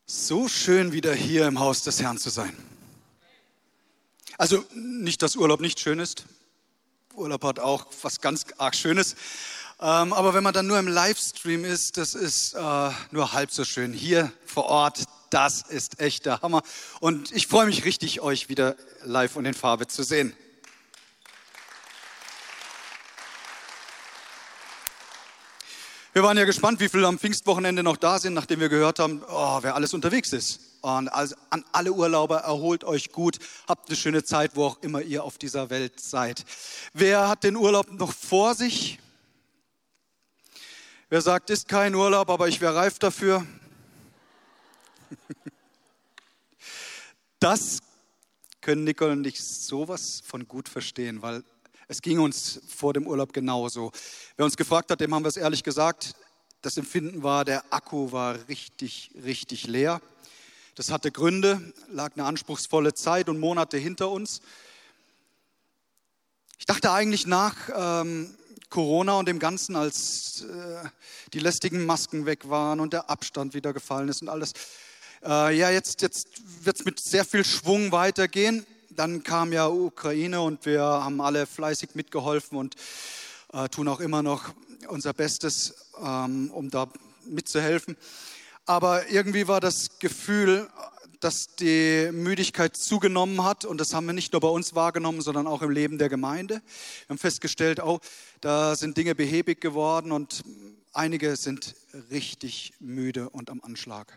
So schön, wieder hier im Haus des Herrn zu sein. Also nicht, dass Urlaub nicht schön ist. Urlaub hat auch was ganz arg Schönes. Aber wenn man dann nur im Livestream ist, das ist nur halb so schön. Hier vor Ort, das ist echt der Hammer. Und ich freue mich richtig, euch wieder live und in Farbe zu sehen. Wir waren ja gespannt, wie viele am Pfingstwochenende noch da sind, nachdem wir gehört haben, wer alles unterwegs ist. Und also an alle Urlauber, erholt euch gut, habt eine schöne Zeit, wo auch immer ihr auf dieser Welt seid. Wer hat den Urlaub noch vor sich? Wer sagt, ist kein Urlaub, aber ich wäre reif dafür? Das können Nicole und ich sowas von gut verstehen, weil es ging uns vor dem Urlaub genauso. Wer uns gefragt hat, dem haben wir es ehrlich gesagt. Das Empfinden war, der Akku war richtig, richtig leer. Das hatte Gründe, lag eine anspruchsvolle Zeit und Monate hinter uns. Ich dachte eigentlich nach Corona und dem Ganzen, als die lästigen Masken weg waren und der Abstand wieder gefallen ist und alles. Jetzt wird es mit sehr viel Schwung weitergehen. Dann kam ja Ukraine und wir haben alle fleißig mitgeholfen und tun auch immer noch unser Bestes, um da mitzuhelfen. Aber irgendwie war das Gefühl, dass die Müdigkeit zugenommen hat und das haben wir nicht nur bei uns wahrgenommen, sondern auch im Leben der Gemeinde. Wir haben festgestellt, da sind Dinge behäbig geworden und einige sind richtig müde und am Anschlag.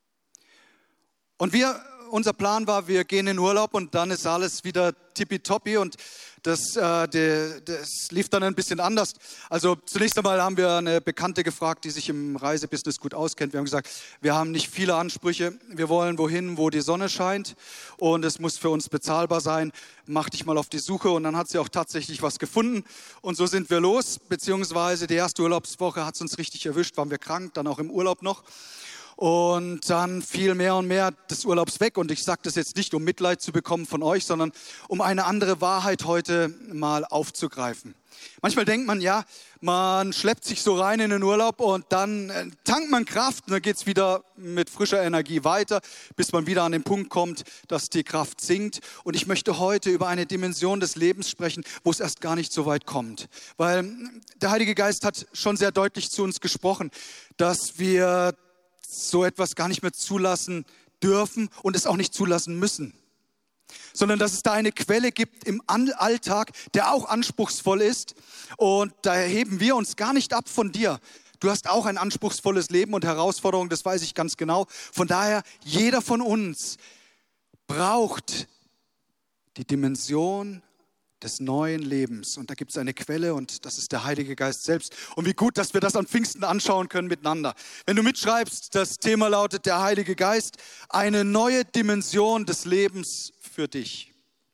Und unser Plan war, wir gehen in Urlaub und dann ist alles wieder tippitoppi und das lief dann ein bisschen anders. Also zunächst einmal haben wir eine Bekannte gefragt, die sich im Reisebusiness gut auskennt. Wir haben gesagt, wir haben nicht viele Ansprüche. Wir wollen wohin, wo die Sonne scheint und es muss für uns bezahlbar sein. Mach dich mal auf die Suche und dann hat sie auch tatsächlich was gefunden und so sind wir los. Beziehungsweise die erste Urlaubswoche hat es uns richtig erwischt, waren wir krank, dann auch im Urlaub noch. Und dann fiel mehr und mehr des Urlaubs weg. Und ich sage das jetzt nicht, um Mitleid zu bekommen von euch, sondern um eine andere Wahrheit heute mal aufzugreifen. Manchmal denkt man, man schleppt sich so rein in den Urlaub und dann tankt man Kraft und dann geht es wieder mit frischer Energie weiter, bis man wieder an den Punkt kommt, dass die Kraft sinkt. Und ich möchte heute über eine Dimension des Lebens sprechen, wo es erst gar nicht so weit kommt. Weil der Heilige Geist hat schon sehr deutlich zu uns gesprochen, dass wir so etwas gar nicht mehr zulassen dürfen und es auch nicht zulassen müssen. Sondern dass es da eine Quelle gibt im Alltag, der auch anspruchsvoll ist und da heben wir uns gar nicht ab von dir. Du hast auch ein anspruchsvolles Leben und Herausforderungen, das weiß ich ganz genau. Von daher, jeder von uns braucht die Dimension des neuen Lebens. Und da gibt es eine Quelle und das ist der Heilige Geist selbst. Und wie gut, dass wir das an Pfingsten anschauen können miteinander. Wenn du mitschreibst, das Thema lautet der Heilige Geist, eine neue Dimension des Lebens für dich.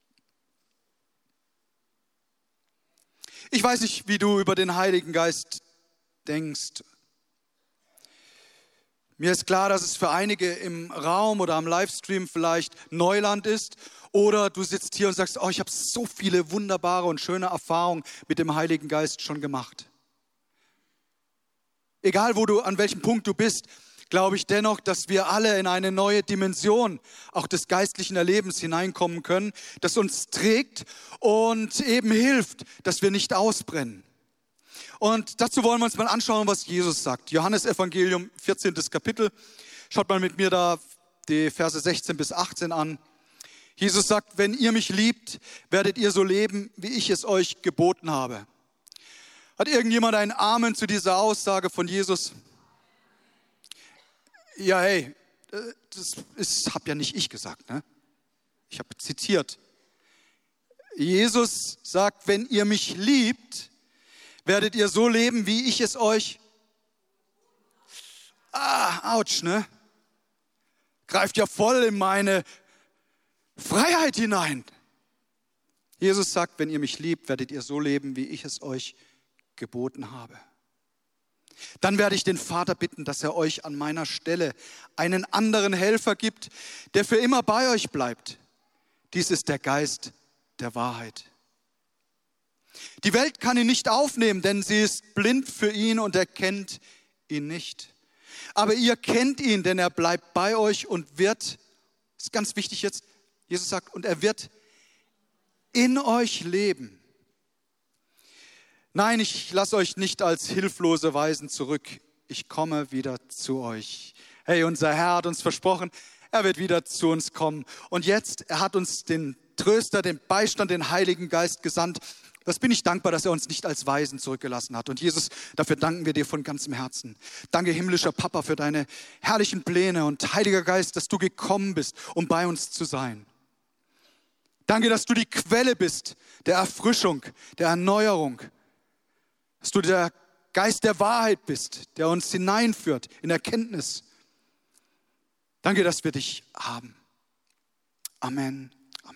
Ich weiß nicht, wie du über den Heiligen Geist denkst. Mir ist klar, dass es für einige im Raum oder am Livestream vielleicht Neuland ist. Oder du sitzt hier und sagst, ich habe so viele wunderbare und schöne Erfahrungen mit dem Heiligen Geist schon gemacht. Egal, an welchem Punkt du bist, glaube ich dennoch, dass wir alle in eine neue Dimension auch des geistlichen Erlebens hineinkommen können, das uns trägt und eben hilft, dass wir nicht ausbrennen. Und dazu wollen wir uns mal anschauen, was Jesus sagt. Johannes Evangelium, 14. Kapitel. Schaut mal mit mir da die Verse 16 bis 18 an. Jesus sagt, wenn ihr mich liebt, werdet ihr so leben, wie ich es euch geboten habe. Hat irgendjemand ein Amen zu dieser Aussage von Jesus? Ja, das habe ja nicht ich gesagt, ne? Ich habe zitiert. Jesus sagt, wenn ihr mich liebt, werdet ihr so leben, wie ich es euch... Autsch, ne? Greift ja voll in meine Freiheit hinein. Jesus sagt, wenn ihr mich liebt, werdet ihr so leben, wie ich es euch geboten habe. Dann werde ich den Vater bitten, dass er euch an meiner Stelle einen anderen Helfer gibt, der für immer bei euch bleibt. Dies ist der Geist der Wahrheit. Die Welt kann ihn nicht aufnehmen, denn sie ist blind für ihn und erkennt ihn nicht. Aber ihr kennt ihn, denn er bleibt bei euch und wird, ist ganz wichtig jetzt, Jesus sagt, und er wird in euch leben. Nein, ich lasse euch nicht als hilflose Waisen zurück. Ich komme wieder zu euch. Hey, unser Herr hat uns versprochen, er wird wieder zu uns kommen. Und jetzt, er hat uns den Tröster, den Beistand, den Heiligen Geist gesandt. Das bin ich dankbar, dass er uns nicht als Waisen zurückgelassen hat. Und Jesus, dafür danken wir dir von ganzem Herzen. Danke, himmlischer Papa, für deine herrlichen Pläne und Heiliger Geist, dass du gekommen bist, um bei uns zu sein. Danke, dass du die Quelle bist der Erfrischung, der Erneuerung. Dass du der Geist der Wahrheit bist, der uns hineinführt in Erkenntnis. Danke, dass wir dich haben. Amen.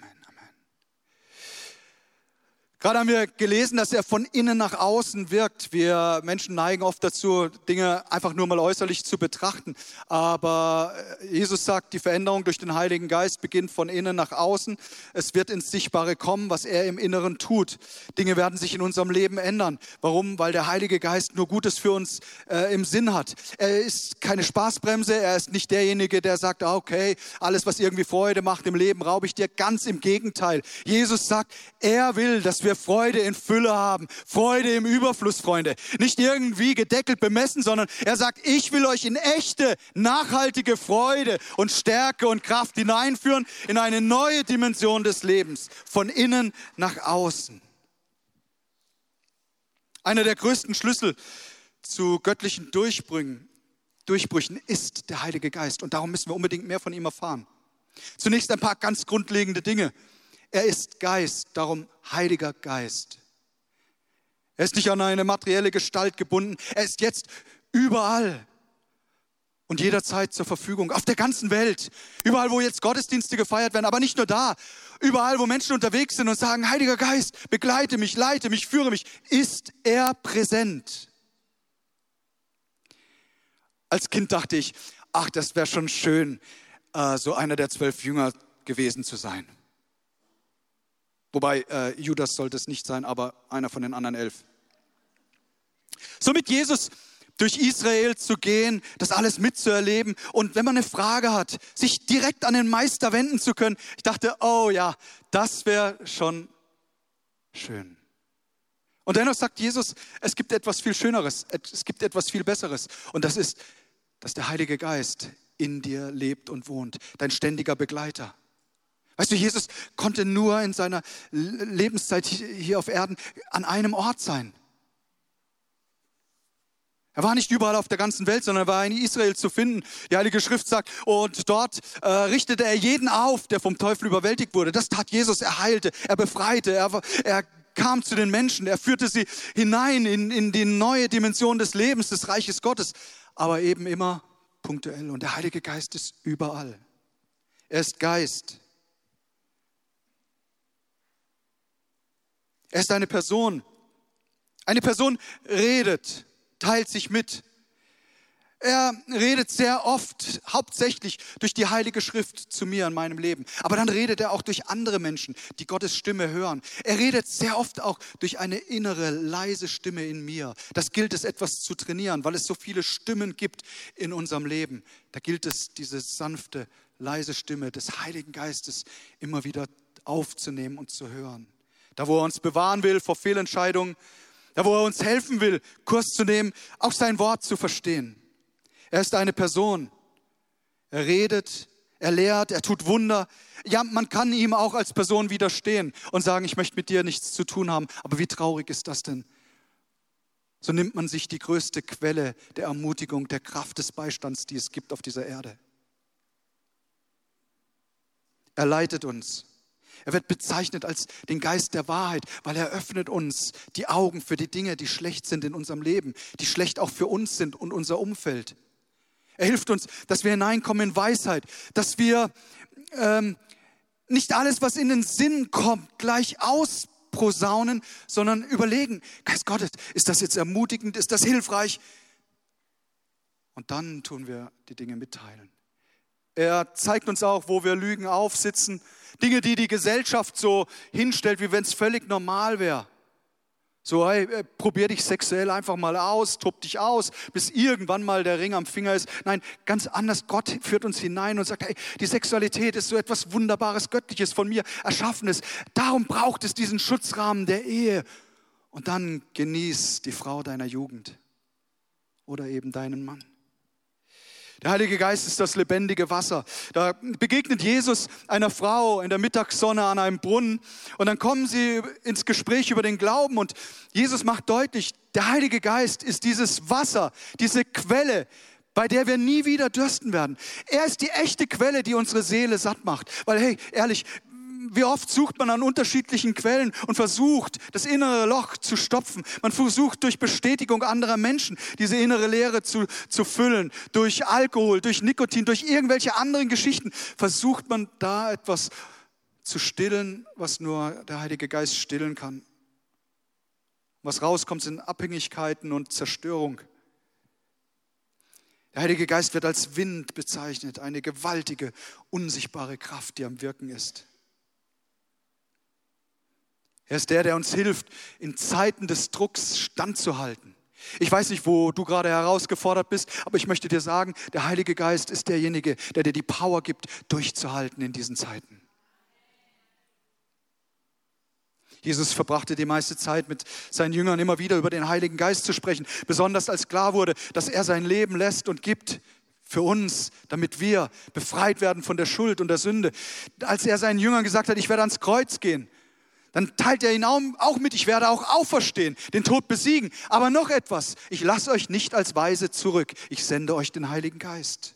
Gerade haben wir gelesen, dass er von innen nach außen wirkt. Wir Menschen neigen oft dazu, Dinge einfach nur mal äußerlich zu betrachten. Aber Jesus sagt, die Veränderung durch den Heiligen Geist beginnt von innen nach außen. Es wird ins Sichtbare kommen, was er im Inneren tut. Dinge werden sich in unserem Leben ändern. Warum? Weil der Heilige Geist nur Gutes für uns im Sinn hat. Er ist keine Spaßbremse. Er ist nicht derjenige, der sagt, okay, alles, was irgendwie Freude macht im Leben, raube ich dir. Ganz im Gegenteil. Jesus sagt, er will, dass wir Freude in Fülle haben, Freude im Überfluss, Freunde. Nicht irgendwie gedeckelt bemessen, sondern er sagt, ich will euch in echte, nachhaltige Freude und Stärke und Kraft hineinführen in eine neue Dimension des Lebens, von innen nach außen. Einer der größten Schlüssel zu göttlichen Durchbrüchen ist der Heilige Geist und darum müssen wir unbedingt mehr von ihm erfahren. Zunächst ein paar ganz grundlegende Dinge. Er ist Geist, darum Heiliger Geist. Er ist nicht an eine materielle Gestalt gebunden. Er ist jetzt überall und jederzeit zur Verfügung. Auf der ganzen Welt. Überall, wo jetzt Gottesdienste gefeiert werden. Aber nicht nur da. Überall, wo Menschen unterwegs sind und sagen, Heiliger Geist, begleite mich, leite mich, führe mich. Ist er präsent. Als Kind dachte ich, ach, das wäre schon schön, so einer der 12 Jünger gewesen zu sein. Wobei Judas sollte es nicht sein, aber einer von den anderen 11. So mit Jesus durch Israel zu gehen, das alles mitzuerleben und wenn man eine Frage hat, sich direkt an den Meister wenden zu können. Ich dachte, oh ja, das wäre schon schön. Und dennoch sagt Jesus, es gibt etwas viel Schöneres, es gibt etwas viel Besseres. Und das ist, dass der Heilige Geist in dir lebt und wohnt, dein ständiger Begleiter. Weißt du, Jesus konnte nur in seiner Lebenszeit hier auf Erden an einem Ort sein. Er war nicht überall auf der ganzen Welt, sondern er war in Israel zu finden. Die Heilige Schrift sagt, und dort richtete er jeden auf, der vom Teufel überwältigt wurde. Das tat Jesus, er heilte, er befreite, er kam zu den Menschen, er führte sie hinein in die neue Dimension des Lebens, des Reiches Gottes. Aber eben immer punktuell. Und der Heilige Geist ist überall. Er ist Geist. Er ist eine Person. Eine Person redet, teilt sich mit. Er redet sehr oft, hauptsächlich durch die Heilige Schrift zu mir in meinem Leben. Aber dann redet er auch durch andere Menschen, die Gottes Stimme hören. Er redet sehr oft auch durch eine innere, leise Stimme in mir. Das gilt es etwas zu trainieren, weil es so viele Stimmen gibt in unserem Leben. Da gilt es, diese sanfte, leise Stimme des Heiligen Geistes immer wieder aufzunehmen und zu hören. Da, wo er uns bewahren will vor Fehlentscheidungen, da, wo er uns helfen will, Kurs zu nehmen, auch sein Wort zu verstehen. Er ist eine Person. Er redet, er lehrt, er tut Wunder. Ja, man kann ihm auch als Person widerstehen und sagen, ich möchte mit dir nichts zu tun haben. Aber wie traurig ist das denn? So nimmt man sich die größte Quelle der Ermutigung, der Kraft des Beistands, die es gibt auf dieser Erde. Er leitet uns. Er wird bezeichnet als den Geist der Wahrheit, weil er öffnet uns die Augen für die Dinge, die schlecht sind in unserem Leben, die schlecht auch für uns sind und unser Umfeld. Er hilft uns, dass wir hineinkommen in Weisheit, dass wir nicht alles, was in den Sinn kommt, gleich ausposaunen, sondern überlegen, Geist Gottes, ist das jetzt ermutigend, ist das hilfreich? Und dann tun wir die Dinge mitteilen. Er zeigt uns auch, wo wir Lügen aufsitzen. Dinge, die die Gesellschaft so hinstellt, wie wenn es völlig normal wäre. So, hey, probier dich sexuell einfach mal aus, tob dich aus, bis irgendwann mal der Ring am Finger ist. Nein, ganz anders. Gott führt uns hinein und sagt, hey, die Sexualität ist so etwas Wunderbares, Göttliches, von mir Erschaffenes. Darum braucht es diesen Schutzrahmen der Ehe. Und dann genieß die Frau deiner Jugend oder eben deinen Mann. Der Heilige Geist ist das lebendige Wasser. Da begegnet Jesus einer Frau in der Mittagssonne an einem Brunnen und dann kommen sie ins Gespräch über den Glauben und Jesus macht deutlich, der Heilige Geist ist dieses Wasser, diese Quelle, bei der wir nie wieder dürsten werden. Er ist die echte Quelle, die unsere Seele satt macht. Weil, hey, ehrlich, wie oft sucht man an unterschiedlichen Quellen und versucht, das innere Loch zu stopfen. Man versucht durch Bestätigung anderer Menschen diese innere Leere zu füllen. Durch Alkohol, durch Nikotin, durch irgendwelche anderen Geschichten versucht man da etwas zu stillen, was nur der Heilige Geist stillen kann. Was rauskommt, sind Abhängigkeiten und Zerstörung. Der Heilige Geist wird als Wind bezeichnet, eine gewaltige, unsichtbare Kraft, die am Wirken ist. Er ist der uns hilft, in Zeiten des Drucks standzuhalten. Ich weiß nicht, wo du gerade herausgefordert bist, aber ich möchte dir sagen, der Heilige Geist ist derjenige, der dir die Power gibt, durchzuhalten in diesen Zeiten. Jesus verbrachte die meiste Zeit mit seinen Jüngern immer wieder über den Heiligen Geist zu sprechen, besonders als klar wurde, dass er sein Leben lässt und gibt für uns, damit wir befreit werden von der Schuld und der Sünde. Als er seinen Jüngern gesagt hat, ich werde ans Kreuz gehen, dann teilt er ihnen auch mit, ich werde auch auferstehen, den Tod besiegen. Aber noch etwas, ich lasse euch nicht als Weise zurück, ich sende euch den Heiligen Geist.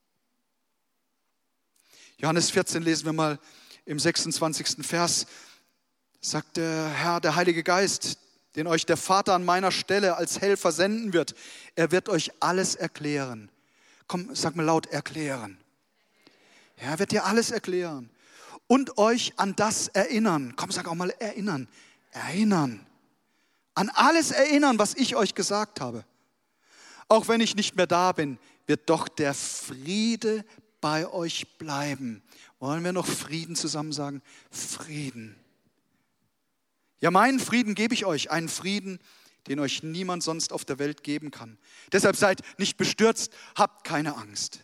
Johannes 14 lesen wir mal im 26. Vers, sagt der Herr, der Heilige Geist, den euch der Vater an meiner Stelle als Helfer senden wird, er wird euch alles erklären. Komm, sag mal laut, erklären. Er wird dir alles erklären. Und euch an das erinnern. Komm, sag auch mal erinnern. Erinnern. An alles erinnern, was ich euch gesagt habe. Auch wenn ich nicht mehr da bin, wird doch der Friede bei euch bleiben. Wollen wir noch Frieden zusammen sagen? Frieden. Ja, meinen Frieden gebe ich euch. Einen Frieden, den euch niemand sonst auf der Welt geben kann. Deshalb seid nicht bestürzt, habt keine Angst.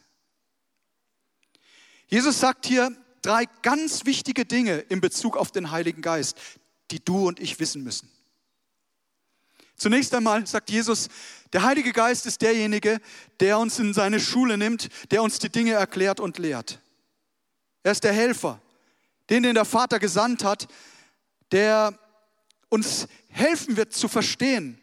Jesus sagt hier 3 ganz wichtige Dinge in Bezug auf den Heiligen Geist, die du und ich wissen müssen. Zunächst einmal sagt Jesus, der Heilige Geist ist derjenige, der uns in seine Schule nimmt, der uns die Dinge erklärt und lehrt. Er ist der Helfer, den der Vater gesandt hat, der uns helfen wird zu verstehen.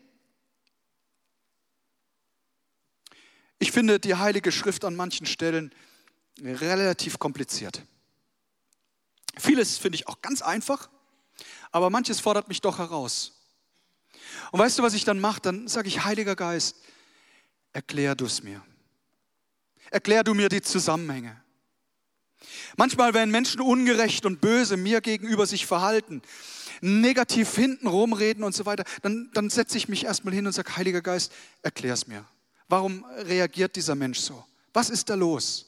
Ich finde die Heilige Schrift an manchen Stellen relativ kompliziert. Vieles finde ich auch ganz einfach, aber manches fordert mich doch heraus. Und weißt du, was ich dann mache? Dann sage ich, Heiliger Geist, erklär du es mir. Erklär du mir die Zusammenhänge. Manchmal, wenn Menschen ungerecht und böse mir gegenüber sich verhalten, negativ hinten rumreden und so weiter, dann setze ich mich erstmal hin und sage, Heiliger Geist, erklär es mir. Warum reagiert dieser Mensch so? Was ist da los?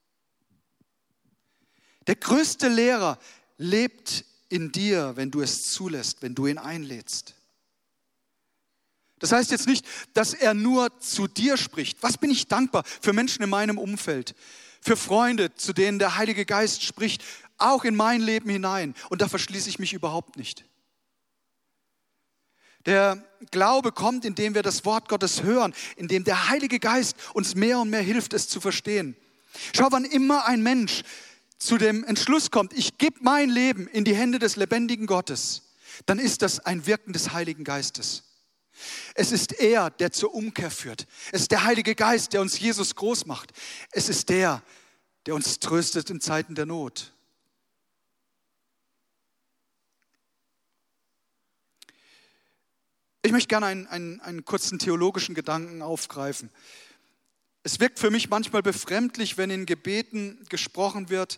Der größte Lehrer lebt in dir, wenn du es zulässt, wenn du ihn einlädst. Das heißt jetzt nicht, dass er nur zu dir spricht. Was bin ich dankbar für Menschen in meinem Umfeld, für Freunde, zu denen der Heilige Geist spricht, auch in mein Leben hinein. Und da verschließe ich mich überhaupt nicht. Der Glaube kommt, indem wir das Wort Gottes hören, indem der Heilige Geist uns mehr und mehr hilft, es zu verstehen. Schau, wann immer ein Mensch zu dem Entschluss kommt, ich gebe mein Leben in die Hände des lebendigen Gottes, dann ist das ein Wirken des Heiligen Geistes. Es ist er, der zur Umkehr führt. Es ist der Heilige Geist, der uns Jesus groß macht. Es ist der uns tröstet in Zeiten der Not. Ich möchte gerne einen kurzen theologischen Gedanken aufgreifen. Es wirkt für mich manchmal befremdlich, wenn in Gebeten gesprochen wird,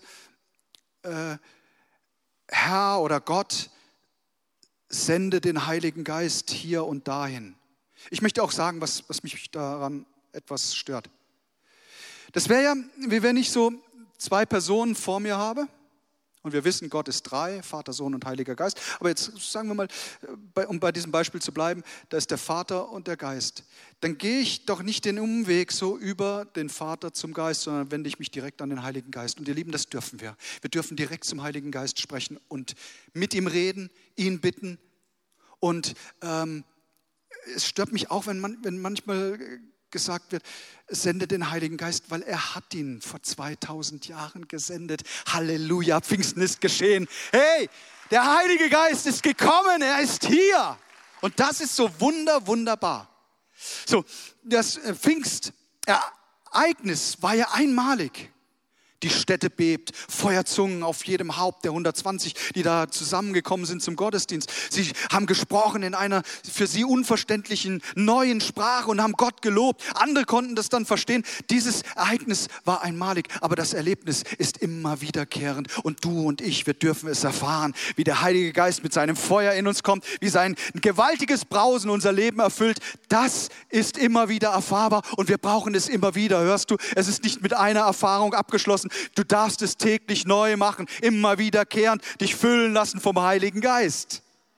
Herr oder Gott, sende den Heiligen Geist hier und dahin. Ich möchte auch sagen, was mich daran etwas stört. Das wäre ja, wie wenn ich so 2 Personen vor mir habe Und wir wissen, Gott ist drei, Vater, Sohn und Heiliger Geist. Aber jetzt sagen wir mal, um bei diesem Beispiel zu bleiben, da ist der Vater und der Geist. Dann gehe ich doch nicht den Umweg so über den Vater zum Geist, sondern wende ich mich direkt an den Heiligen Geist. Und ihr Lieben, das dürfen wir. Wir dürfen direkt zum Heiligen Geist sprechen und mit ihm reden, ihn bitten. Und es stört mich auch, wenn manchmal gesagt wird, sende den Heiligen Geist, weil er hat ihn vor 2000 Jahren gesendet. Halleluja, Pfingsten ist geschehen. Hey, der Heilige Geist ist gekommen, er ist hier. Und das ist so wunderbar. So, das Pfingstereignis war ja einmalig. Die Stätte bebt, Feuerzungen auf jedem Haupt der 120, die da zusammengekommen sind zum Gottesdienst. Sie haben gesprochen in einer für sie unverständlichen neuen Sprache und haben Gott gelobt. Andere konnten das dann verstehen. Dieses Ereignis war einmalig, aber das Erlebnis ist immer wiederkehrend. Und du und ich, wir dürfen es erfahren, wie der Heilige Geist mit seinem Feuer in uns kommt, wie sein gewaltiges Brausen unser Leben erfüllt. Das ist immer wieder erfahrbar und wir brauchen es immer wieder. Hörst du, es ist nicht mit einer Erfahrung abgeschlossen. Du darfst es täglich neu machen, immer wiederkehrend, dich füllen lassen vom Heiligen Geist.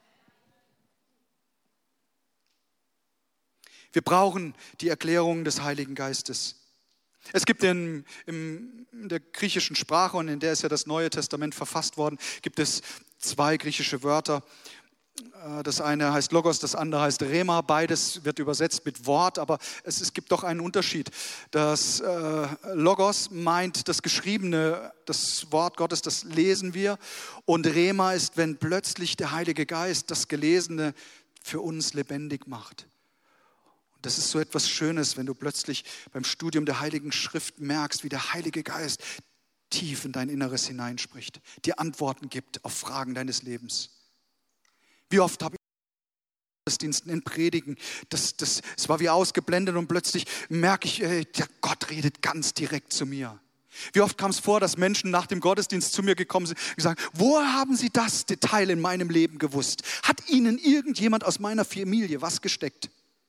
Wir brauchen die Erklärung des Heiligen Geistes. Es gibt in der griechischen Sprache, und in der ist ja das Neue Testament verfasst worden, gibt es zwei griechische Wörter. Das eine heißt Logos, das andere heißt Rema. Beides wird übersetzt mit Wort, aber es gibt doch einen Unterschied. Das Logos meint das Geschriebene, das Wort Gottes, das lesen wir. Und Rema ist, wenn plötzlich der Heilige Geist das Gelesene für uns lebendig macht. Und das ist so etwas Schönes, wenn du plötzlich beim Studium der Heiligen Schrift merkst, wie der Heilige Geist tief in dein Inneres hineinspricht, dir Antworten gibt auf Fragen deines Lebens. Wie oft habe ich in Gottesdiensten, in Predigen, es war wie ausgeblendet und plötzlich merke ich, der Gott redet ganz direkt zu mir. Wie oft kam es vor, dass Menschen nach dem Gottesdienst zu mir gekommen sind und gesagt, woher haben Sie das Detail in meinem Leben gewusst? Hat Ihnen irgendjemand aus meiner Familie was gesteckt?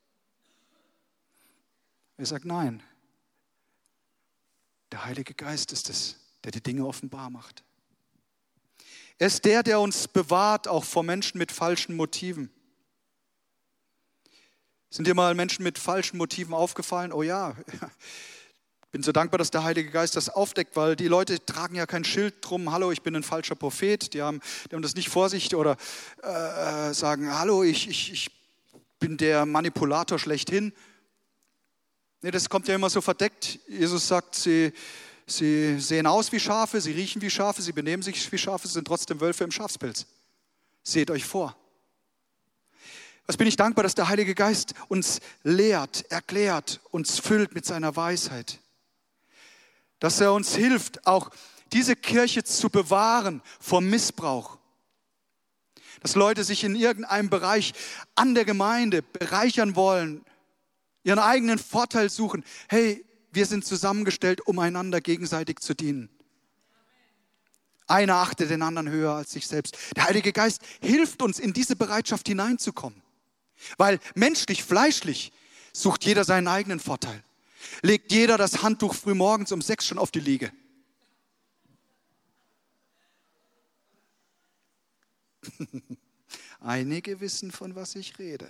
Ich sage, nein. Der Heilige Geist ist es, der die Dinge offenbar macht. Er ist der uns bewahrt, auch vor Menschen mit falschen Motiven. Sind dir mal Menschen mit falschen Motiven aufgefallen? Oh ja, ich bin so dankbar, dass der Heilige Geist das aufdeckt, weil die Leute tragen ja kein Schild drum, hallo, ich bin ein falscher Prophet, die haben das nicht vor sich oder sagen, hallo, ich bin der Manipulator schlechthin. Nee, das kommt ja immer so verdeckt. Jesus sagt, Sie sehen aus wie Schafe, sie riechen wie Schafe, sie benehmen sich wie Schafe, sie sind trotzdem Wölfe im Schafspelz. Seht euch vor. Was bin ich dankbar, dass der Heilige Geist uns lehrt, erklärt, uns füllt mit seiner Weisheit. Dass er uns hilft, auch diese Kirche zu bewahren vor Missbrauch. Dass Leute sich in irgendeinem Bereich an der Gemeinde bereichern wollen, ihren eigenen Vorteil suchen. Hey, wir sind zusammengestellt, um einander gegenseitig zu dienen. Einer achtet den anderen höher als sich selbst. Der Heilige Geist hilft uns, in diese Bereitschaft hineinzukommen. Weil menschlich, fleischlich sucht jeder seinen eigenen Vorteil. Legt jeder das Handtuch frühmorgens um 6 schon auf die Liege. Einige wissen, von was ich rede.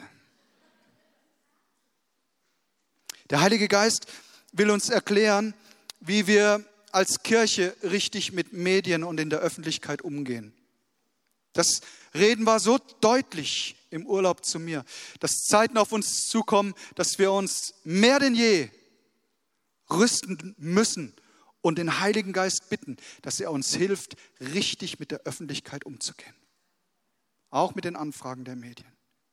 Der Heilige Geist will uns erklären, wie wir als Kirche richtig mit Medien und in der Öffentlichkeit umgehen. Das Reden war so deutlich im Urlaub zu mir, dass Zeiten auf uns zukommen, dass wir uns mehr denn je rüsten müssen und den Heiligen Geist bitten, dass er uns hilft, richtig mit der Öffentlichkeit umzugehen. Auch mit den Anfragen der Medien.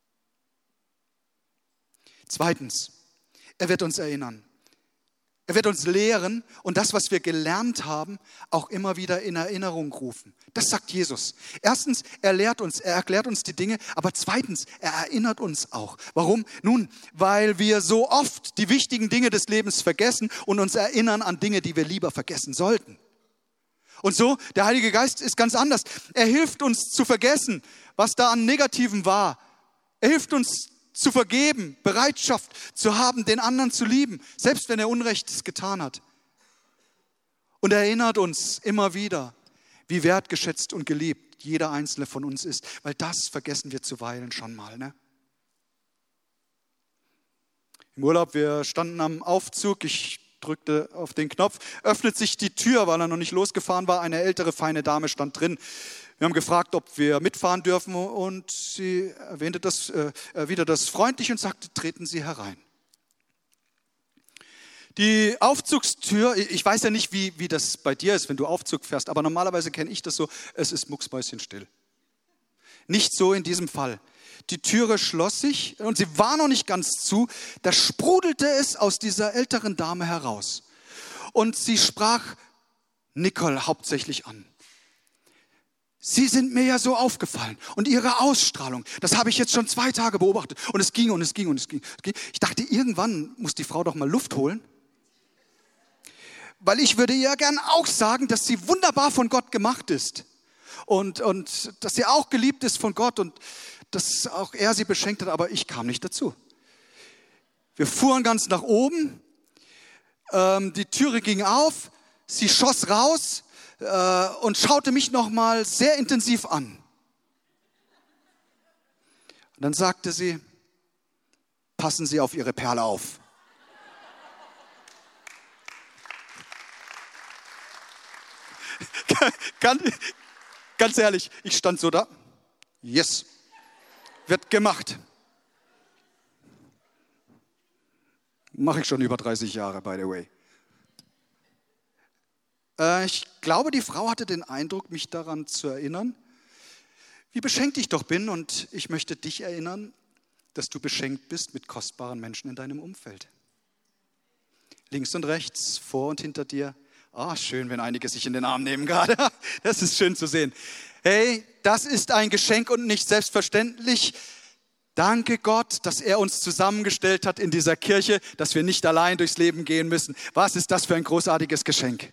Zweitens, er wird uns erinnern. Er wird uns lehren und das, was wir gelernt haben, auch immer wieder in Erinnerung rufen. Das sagt Jesus. Erstens, er erklärt uns die Dinge, aber zweitens, er erinnert uns auch. Warum? Nun, weil wir so oft die wichtigen Dinge des Lebens vergessen und uns erinnern an Dinge, die wir lieber vergessen sollten. Und so, der Heilige Geist ist ganz anders. Er hilft uns zu vergessen, was da an Negativem war. Er hilft uns zu vergeben, Bereitschaft zu haben, den anderen zu lieben, selbst wenn er Unrechtes getan hat. Und er erinnert uns immer wieder, wie wertgeschätzt und geliebt jeder einzelne von uns ist, weil das vergessen wir zuweilen schon mal. Ne? Im Urlaub, wir standen am Aufzug, ich drückte auf den Knopf, öffnet sich die Tür, weil er noch nicht losgefahren war, eine ältere, feine Dame stand drin. Wir haben gefragt, ob wir mitfahren dürfen und sie erwähnte erwiderte das freundlich und sagte, treten Sie herein. Die Aufzugstür, ich weiß ja nicht, wie das bei dir ist, wenn du Aufzug fährst, aber normalerweise kenne ich das so, es ist mucksmäuschenstill. Nicht so in diesem Fall. Die Türe schloss sich und sie war noch nicht ganz zu, da sprudelte es aus dieser älteren Dame heraus. Und sie sprach Nicole hauptsächlich an. Sie sind mir ja so aufgefallen und Ihre Ausstrahlung, das habe ich jetzt schon 2 Tage beobachtet und es ging und es ging und es ging. Ich dachte, irgendwann muss die Frau doch mal Luft holen. Weil ich würde ihr gern auch sagen, dass sie wunderbar von Gott gemacht ist und dass sie auch geliebt ist von Gott und dass auch er sie beschenkt hat, aber ich kam nicht dazu. Wir fuhren ganz nach oben, die Türe ging auf, sie schoss raus und schaute mich nochmal sehr intensiv an. Und dann sagte sie, passen Sie auf Ihre Perle auf. Ganz ehrlich, ich stand so da. Yes, wird gemacht. Mache ich schon über 30 Jahre, by the way. Ich glaube, die Frau hatte den Eindruck, mich daran zu erinnern, wie beschenkt ich doch bin. Und ich möchte dich erinnern, dass du beschenkt bist mit kostbaren Menschen in deinem Umfeld. Links und rechts, vor und hinter dir. Ah, schön, wenn einige sich in den Arm nehmen gerade. Das ist schön zu sehen. Hey, das ist ein Geschenk und nicht selbstverständlich. Danke Gott, dass er uns zusammengestellt hat in dieser Kirche, dass wir nicht allein durchs Leben gehen müssen. Was ist das für ein großartiges Geschenk?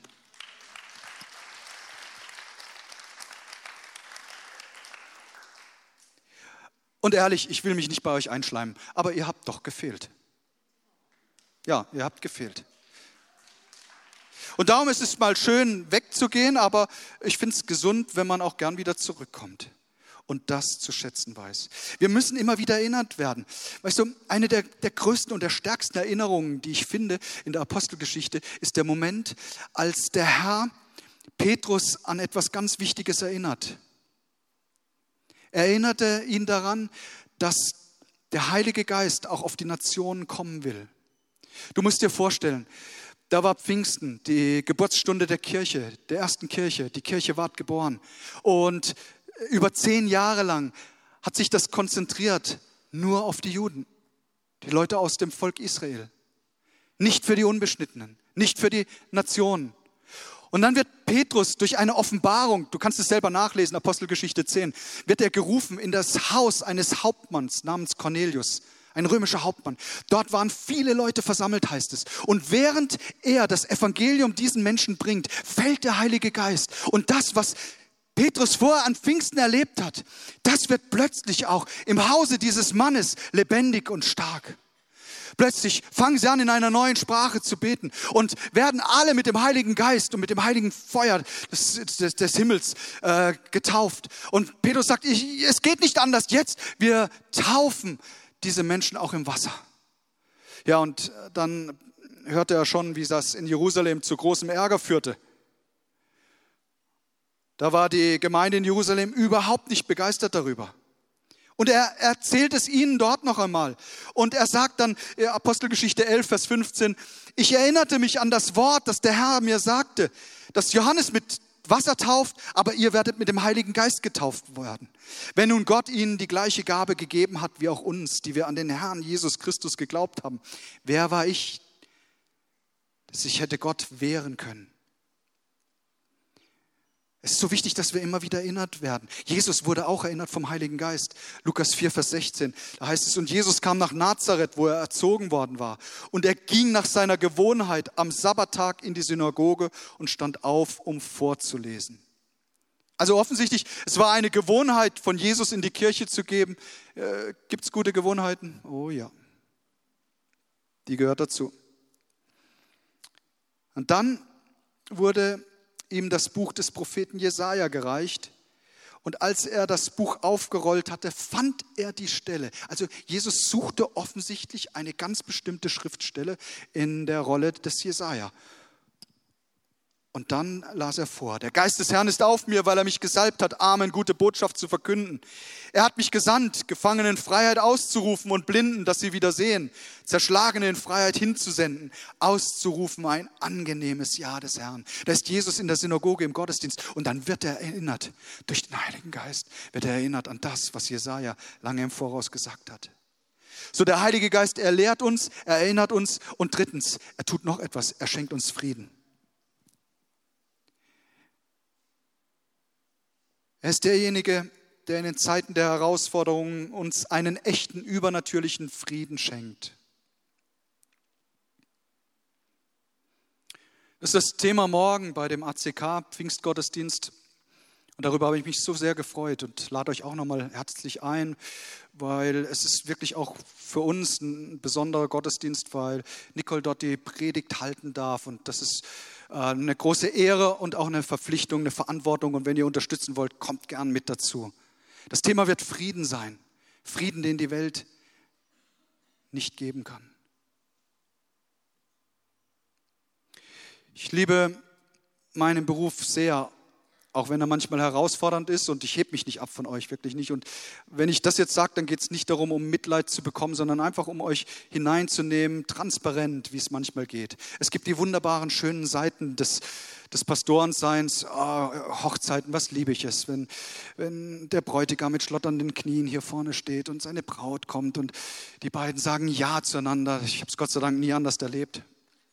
Und ehrlich, ich will mich nicht bei euch einschleimen, aber ihr habt doch gefehlt. Ja, ihr habt gefehlt. Und darum ist es mal schön wegzugehen, aber ich finde es gesund, wenn man auch gern wieder zurückkommt und das zu schätzen weiß. Wir müssen immer wieder erinnert werden. Weißt du, eine der größten und der stärksten Erinnerungen, die ich finde in der Apostelgeschichte, ist der Moment, als der Herr Petrus an etwas ganz Wichtiges erinnert. Er erinnerte ihn daran, dass der Heilige Geist auch auf die Nationen kommen will. Du musst dir vorstellen, da war Pfingsten, die Geburtsstunde der Kirche, der ersten Kirche. Die Kirche ward geboren. Und über 10 Jahre lang hat sich das konzentriert nur auf die Juden, die Leute aus dem Volk Israel. Nicht für die Unbeschnittenen, nicht für die Nationen. Und dann wird Petrus durch eine Offenbarung, du kannst es selber nachlesen, Apostelgeschichte 10, wird er gerufen in das Haus eines Hauptmanns namens Cornelius. Ein römischer Hauptmann. Dort waren viele Leute versammelt, heißt es. Und während er das Evangelium diesen Menschen bringt, fällt der Heilige Geist. Und das, was Petrus vorher an Pfingsten erlebt hat, das wird plötzlich auch im Hause dieses Mannes lebendig und stark. Plötzlich fangen sie an, in einer neuen Sprache zu beten und werden alle mit dem Heiligen Geist und mit dem heiligen Feuer des Himmels getauft. Und Petrus sagt, es geht nicht anders jetzt, wir taufen diese Menschen auch im Wasser. Ja, und dann hörte er schon, wie das in Jerusalem zu großem Ärger führte. Da war die Gemeinde in Jerusalem überhaupt nicht begeistert darüber. Und er erzählt es ihnen dort noch einmal. Und er sagt dann, Apostelgeschichte 11, Vers 15, ich erinnerte mich an das Wort, das der Herr mir sagte, dass Johannes mit Wasser tauft, aber ihr werdet mit dem Heiligen Geist getauft werden. Wenn nun Gott ihnen die gleiche Gabe gegeben hat, wie auch uns, die wir an den Herrn Jesus Christus geglaubt haben, wer war ich, dass ich hätte Gott wehren können? Es ist so wichtig, dass wir immer wieder erinnert werden. Jesus wurde auch erinnert vom Heiligen Geist. Lukas 4, Vers 16, da heißt es, und Jesus kam nach Nazareth, wo er erzogen worden war. Und er ging nach seiner Gewohnheit am Sabbattag in die Synagoge und stand auf, um vorzulesen. Also offensichtlich, es war eine Gewohnheit von Jesus in die Kirche zu geben. Gibt es gute Gewohnheiten? Oh ja, die gehört dazu. Und dann wurde ihm das Buch des Propheten Jesaja gereicht. Und als er das Buch aufgerollt hatte, fand er die Stelle. Also Jesus suchte offensichtlich eine ganz bestimmte Schriftstelle in der Rolle des Jesaja. Und dann las er vor: Der Geist des Herrn ist auf mir, weil er mich gesalbt hat, Armen gute Botschaft zu verkünden. Er hat mich gesandt, Gefangenen Freiheit auszurufen und Blinden, dass sie wieder sehen, Zerschlagene in Freiheit hinzusenden, auszurufen ein angenehmes Jahr des Herrn. Da ist Jesus in der Synagoge im Gottesdienst und dann wird er erinnert, durch den Heiligen Geist wird er erinnert an das, was Jesaja lange im Voraus gesagt hat. So, der Heilige Geist, er lehrt uns, er erinnert uns und drittens, er tut noch etwas, er schenkt uns Frieden. Er ist derjenige, der in den Zeiten der Herausforderungen uns einen echten, übernatürlichen Frieden schenkt. Das ist das Thema morgen bei dem ACK Pfingstgottesdienst. Und darüber habe ich mich so sehr gefreut und lade euch auch nochmal herzlich ein, weil es ist wirklich auch für uns ein besonderer Gottesdienst, weil Nicole dort die Predigt halten darf. Und das ist eine große Ehre und auch eine Verpflichtung, eine Verantwortung. Und wenn ihr unterstützen wollt, kommt gern mit dazu. Das Thema wird Frieden sein. Frieden, den die Welt nicht geben kann. Ich liebe meinen Beruf sehr, auch wenn er manchmal herausfordernd ist, und ich hebe mich nicht ab von euch, wirklich nicht. Und wenn ich das jetzt sage, dann geht es nicht darum, um Mitleid zu bekommen, sondern einfach um euch hineinzunehmen, transparent, wie es manchmal geht. Es gibt die wunderbaren, schönen Seiten des Pastorenseins, Hochzeiten, was liebe ich es, wenn der Bräutigam mit schlotternden Knien hier vorne steht und seine Braut kommt und die beiden sagen Ja zueinander. Ich habe es Gott sei Dank nie anders erlebt.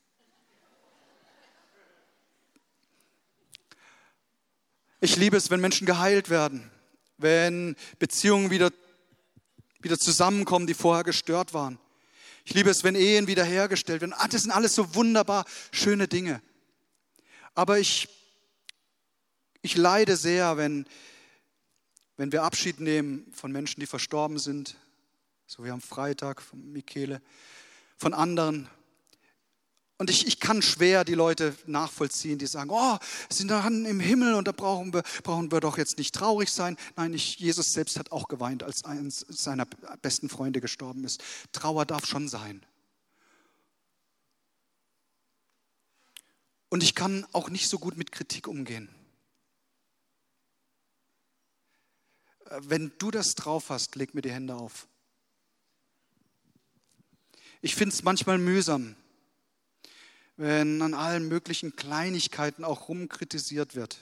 Ich liebe es, wenn Menschen geheilt werden, wenn Beziehungen wieder zusammenkommen, die vorher gestört waren. Ich liebe es, wenn Ehen wiederhergestellt werden. Das sind alles so wunderbar schöne Dinge. Aber ich leide sehr, wenn wir Abschied nehmen von Menschen, die verstorben sind, so wie am Freitag von Michele, von anderen. Und ich kann schwer die Leute nachvollziehen, die sagen, sie sind dann im Himmel und da brauchen wir doch jetzt nicht traurig sein. Nein, Jesus selbst hat auch geweint, als eines seiner besten Freunde gestorben ist. Trauer darf schon sein. Und ich kann auch nicht so gut mit Kritik umgehen. Wenn du das drauf hast, leg mir die Hände auf. Ich finde es manchmal mühsam, wenn an allen möglichen Kleinigkeiten auch rumkritisiert wird.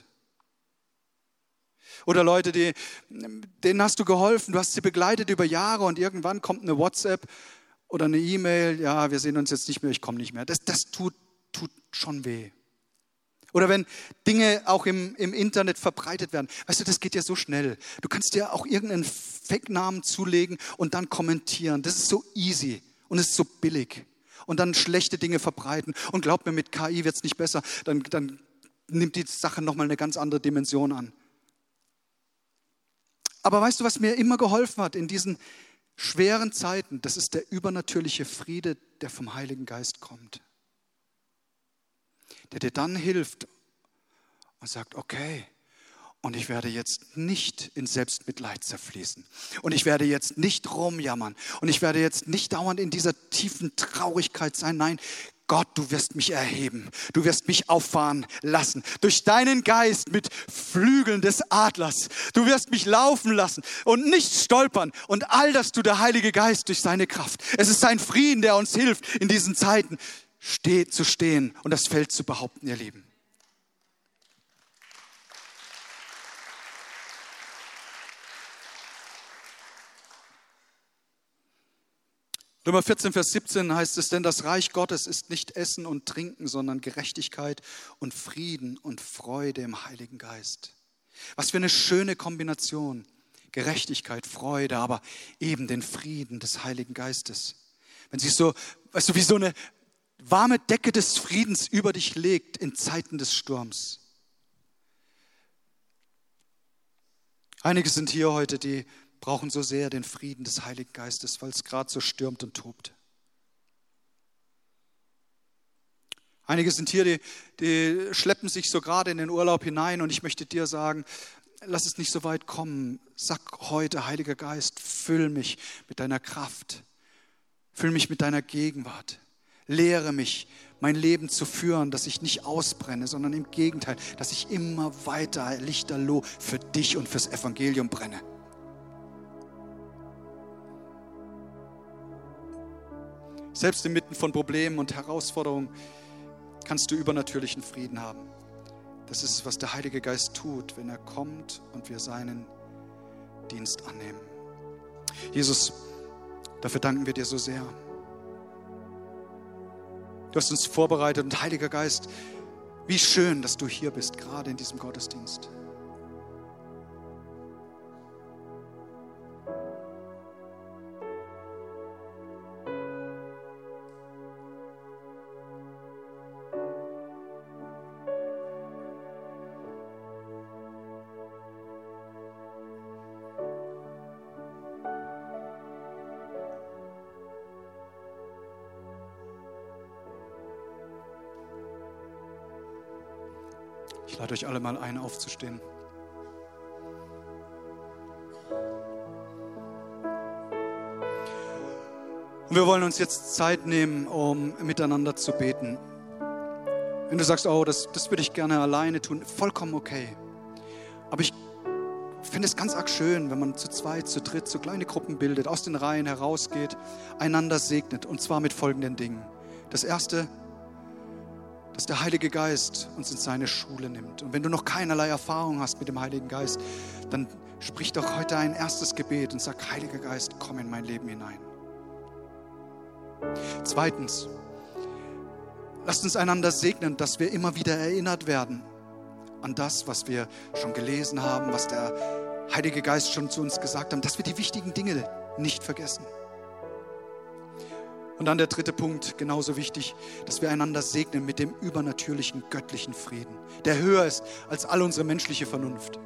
Oder Leute, denen hast du geholfen, du hast sie begleitet über Jahre und irgendwann kommt eine WhatsApp oder eine E-Mail, ja, wir sehen uns jetzt nicht mehr, ich komme nicht mehr. Das tut schon weh. Oder wenn Dinge auch im Internet verbreitet werden. Weißt du, das geht ja so schnell. Du kannst dir auch irgendeinen Fake-Namen zulegen und dann kommentieren. Das ist so easy und es ist so billig. Und dann schlechte Dinge verbreiten. Und glaub mir, mit KI wird es nicht besser. Dann nimmt die Sache nochmal eine ganz andere Dimension an. Aber weißt du, was mir immer geholfen hat in diesen schweren Zeiten? Das ist der übernatürliche Friede, der vom Heiligen Geist kommt. Der dir dann hilft und sagt, okay, und ich werde jetzt nicht in Selbstmitleid zerfließen. Und ich werde jetzt nicht rumjammern. Und ich werde jetzt nicht dauernd in dieser tiefen Traurigkeit sein. Nein, Gott, du wirst mich erheben. Du wirst mich auffahren lassen. Durch deinen Geist mit Flügeln des Adlers. Du wirst mich laufen lassen und nicht stolpern. Und all das tut der Heilige Geist durch seine Kraft. Es ist sein Frieden, der uns hilft, in diesen Zeiten zu stehen und das Feld zu behaupten, ihr Lieben. Römer 14, Vers 17 heißt es, denn das Reich Gottes ist nicht Essen und Trinken, sondern Gerechtigkeit und Frieden und Freude im Heiligen Geist. Was für eine schöne Kombination. Gerechtigkeit, Freude, aber eben den Frieden des Heiligen Geistes. Wenn sich so, weißt du, wie so eine warme Decke des Friedens über dich legt in Zeiten des Sturms. Einige sind hier heute, die brauchen so sehr den Frieden des Heiligen Geistes, weil es gerade so stürmt und tobt. Einige sind hier, die schleppen sich so gerade in den Urlaub hinein und ich möchte dir sagen, lass es nicht so weit kommen. Sag heute, Heiliger Geist, füll mich mit deiner Kraft. Füll mich mit deiner Gegenwart. Lehre mich, mein Leben zu führen, dass ich nicht ausbrenne, sondern im Gegenteil, dass ich immer weiter lichterloh für dich und fürs Evangelium brenne. Selbst inmitten von Problemen und Herausforderungen kannst du übernatürlichen Frieden haben. Das ist, was der Heilige Geist tut, wenn er kommt und wir seinen Dienst annehmen. Jesus, dafür danken wir dir so sehr. Du hast uns vorbereitet und Heiliger Geist, wie schön, dass du hier bist, gerade in diesem Gottesdienst. Ich lade euch alle mal ein, aufzustehen. Und wir wollen uns jetzt Zeit nehmen, um miteinander zu beten. Wenn du sagst, oh, das würde ich gerne alleine tun, vollkommen okay. Aber ich finde es ganz arg schön, wenn man zu zweit, zu dritt, so kleine Gruppen bildet, aus den Reihen herausgeht, einander segnet. Und zwar mit folgenden Dingen. Das Erste, dass der Heilige Geist uns in seine Schule nimmt. Und wenn du noch keinerlei Erfahrung hast mit dem Heiligen Geist, dann sprich doch heute ein erstes Gebet und sag, Heiliger Geist, komm in mein Leben hinein. Zweitens, lasst uns einander segnen, dass wir immer wieder erinnert werden an das, was wir schon gelesen haben, was der Heilige Geist schon zu uns gesagt hat, dass wir die wichtigen Dinge nicht vergessen. Und dann der dritte Punkt, genauso wichtig, dass wir einander segnen mit dem übernatürlichen, göttlichen Frieden, der höher ist als all unsere menschliche Vernunft.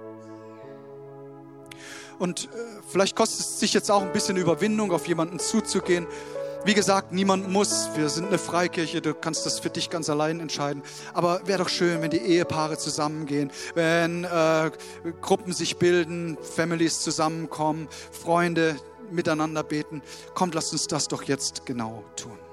Und vielleicht kostet es sich jetzt auch ein bisschen Überwindung, auf jemanden zuzugehen. Wie gesagt, niemand muss, wir sind eine Freikirche, du kannst das für dich ganz allein entscheiden. Aber wäre doch schön, wenn die Ehepaare zusammengehen, wenn Gruppen sich bilden, Families zusammenkommen, Freunde miteinander beten. Kommt, lasst uns das doch jetzt genau tun.